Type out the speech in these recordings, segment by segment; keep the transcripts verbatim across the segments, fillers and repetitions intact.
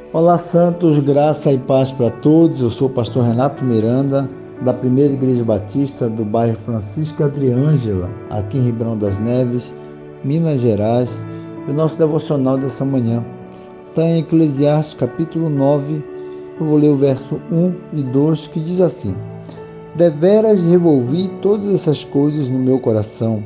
Olá, Santos, graça e paz para todos. Eu sou o pastor Renato Miranda, da Primeira Igreja Batista do bairro Francisco Adriângela, aqui em Ribeirão das Neves, Minas Gerais. E o nosso devocional dessa manhã está em Eclesiastes capítulo nove. Eu vou ler o verso um e dois, que diz assim: Deveras revolvi todas essas coisas no meu coração,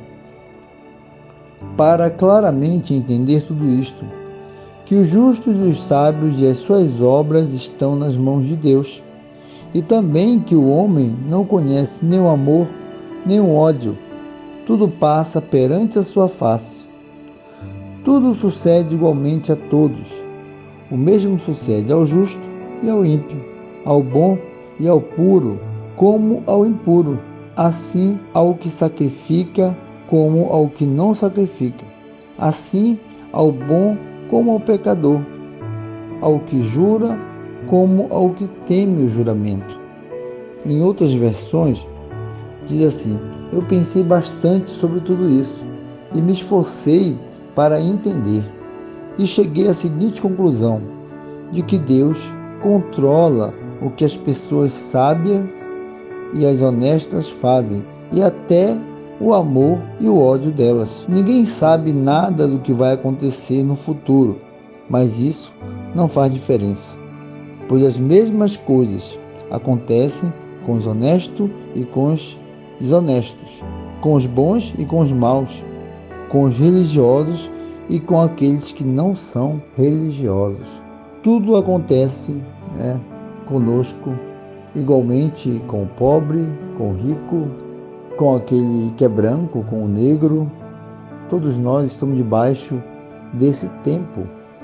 para claramente entender tudo isto, que os justos e os sábios e as suas obras estão nas mãos de Deus, e também que o homem não conhece nem o amor, nem o ódio. Tudo passa perante a sua face. Tudo sucede igualmente a todos. O mesmo sucede ao justo e ao ímpio, ao bom e ao puro, como ao impuro, assim ao que sacrifica como ao que não sacrifica, assim ao bom como ao pecador, ao que jura como ao que teme o juramento. Em outras versões, diz assim: eu pensei bastante sobre tudo isso e me esforcei para entender, e cheguei à seguinte conclusão, de que Deus controla o que as pessoas sábias e as honestas fazem, e até o amor e o ódio delas. Ninguém sabe nada do que vai acontecer no futuro, mas isso não faz diferença, pois as mesmas coisas acontecem com os honestos e com os desonestos, com os bons e com os maus, com os religiosos e com aqueles que não são religiosos. Tudo acontece, né, conosco, igualmente com o pobre, com o rico, com aquele que é branco, com o negro. Todos nós estamos debaixo desse tempo.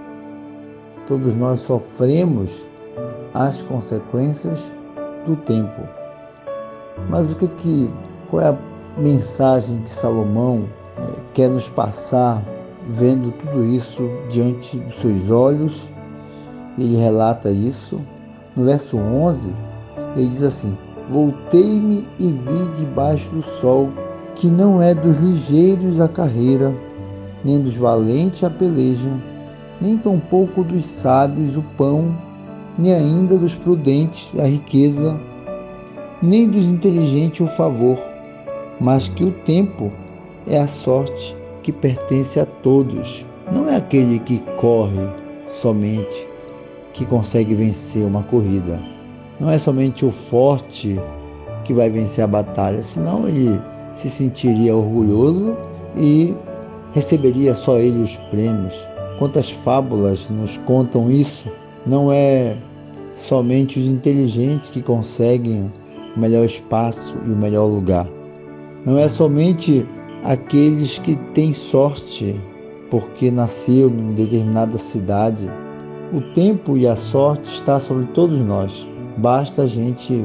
Todos nós sofremos as consequências do tempo. Mas o que que, qual é a mensagem que Salomão é, quer nos passar, vendo tudo isso diante dos seus olhos? Ele relata isso no verso onze. Ele diz assim: voltei-me e vi debaixo do sol que não é dos ligeiros a carreira, nem dos valentes a peleja, nem tampouco dos sábios o pão, nem ainda dos prudentes a riqueza, nem dos inteligentes o favor, mas que o tempo é a sorte que pertence a todos. Não é aquele que corre somente que consegue vencer uma corrida. Não é somente o forte que vai vencer a batalha, senão ele se sentiria orgulhoso e receberia só ele os prêmios. Quantas fábulas nos contam isso? Não é somente os inteligentes que conseguem o melhor espaço e o melhor lugar. Não é somente aqueles que têm sorte porque nasceu em determinada cidade. O tempo e a sorte está sobre todos nós. Basta a gente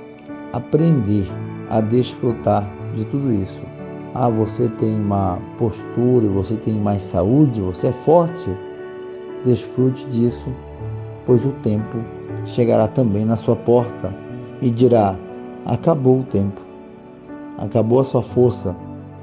aprender a desfrutar de tudo isso. Ah, você tem uma postura, você tem mais saúde, você é forte. Desfrute disso, pois o tempo chegará também na sua porta e dirá: acabou o tempo, acabou a sua força,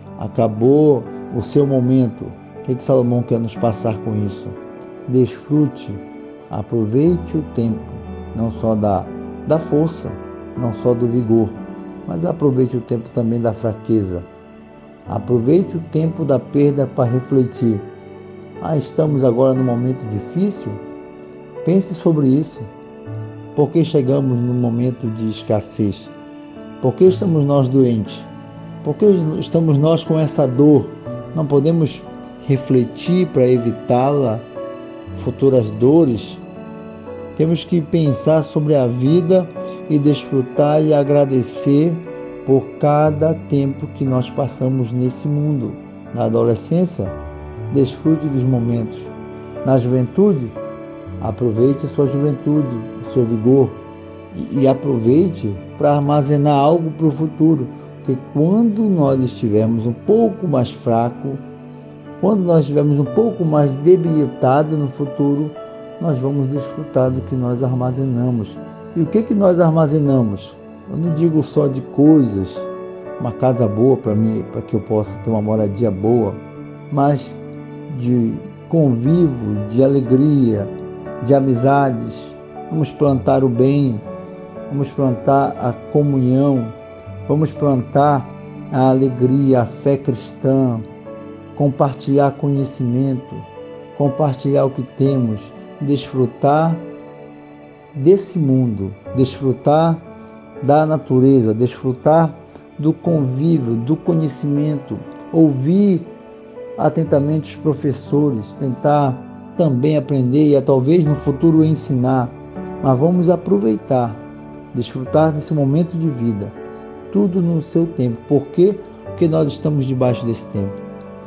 acabou o seu momento. O que, que Salomão quer nos passar com isso? Desfrute, aproveite o tempo, não só da, da força, não só do vigor, mas aproveite o tempo também da fraqueza. Aproveite o tempo da perda para refletir. Ah, estamos agora num momento difícil? Pense sobre isso. Por que chegamos num momento de escassez? Por que estamos nós doentes? Por que estamos nós com essa dor? Não podemos refletir para evitá-la, futuras dores? Temos que pensar sobre a vida e desfrutar e agradecer por cada tempo que nós passamos nesse mundo. Na adolescência, desfrute dos momentos. Na juventude, aproveite a sua juventude, o seu vigor, e, e aproveite para armazenar algo para o futuro. Porque quando nós estivermos um pouco mais fracos, quando nós estivermos um pouco mais debilitados no futuro, nós vamos desfrutar do que nós armazenamos. E o que que nós armazenamos? Eu não digo só de coisas, uma casa boa para mim, para que eu possa ter uma moradia boa, mas de convívio, de alegria, de amizades, vamos plantar o bem, vamos plantar a comunhão, vamos plantar a alegria, a fé cristã, compartilhar conhecimento, compartilhar o que temos, desfrutar desse mundo, desfrutar da natureza, desfrutar do convívio, do conhecimento, ouvir atentamente os professores, tentar também aprender e talvez no futuro ensinar, mas vamos aproveitar, desfrutar desse momento de vida, tudo no seu tempo. Por quê? Porque nós estamos debaixo desse tempo.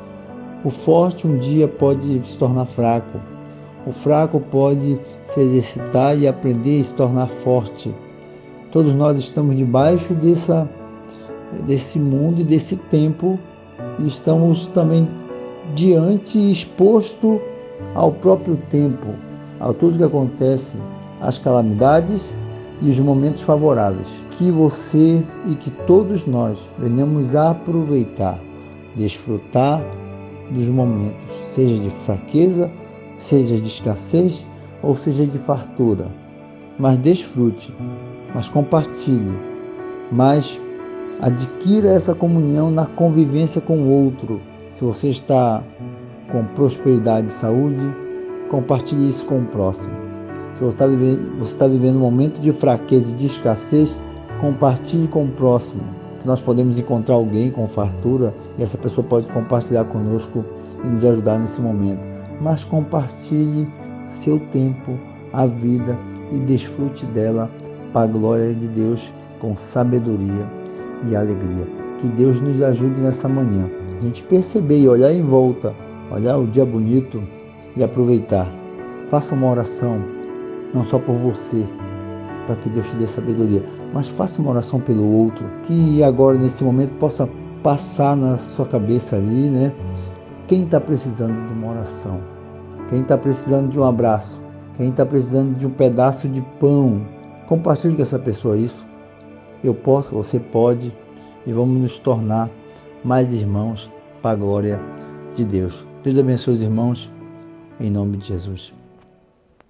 O forte um dia pode se tornar fraco, o fraco pode se exercitar e aprender a se tornar forte. Todos nós estamos debaixo dessa, desse mundo e desse tempo e estamos também diante e exposto ao próprio tempo, a tudo que acontece, as calamidades e os momentos favoráveis. Que você e que todos nós venhamos a aproveitar, desfrutar dos momentos, seja de fraqueza, seja de escassez ou seja de fartura, mas desfrute, mas compartilhe, mas adquira essa comunhão na convivência com o outro. Se você está com prosperidade e saúde, compartilhe isso com o próximo. Se você está vivendo, você está vivendo um momento de fraqueza e de escassez, compartilhe com o próximo. Se nós podemos encontrar alguém com fartura, e essa pessoa pode compartilhar conosco e nos ajudar nesse momento. Mas compartilhe seu tempo, a vida e desfrute dela para a glória de Deus com sabedoria e alegria. Que Deus nos ajude nessa manhã. A gente perceber e olhar em volta, olhar o dia bonito e aproveitar. Faça uma oração, não só por você, para que Deus te dê sabedoria, mas faça uma oração pelo outro, que agora nesse momento possa passar na sua cabeça ali, né? Quem está precisando de uma oração? Quem está precisando de um abraço? Quem está precisando de um pedaço de pão? Compartilhe com essa pessoa isso. Eu posso, você pode, e vamos nos tornar mais irmãos para a glória de Deus. Deus abençoe os irmãos, em nome de Jesus.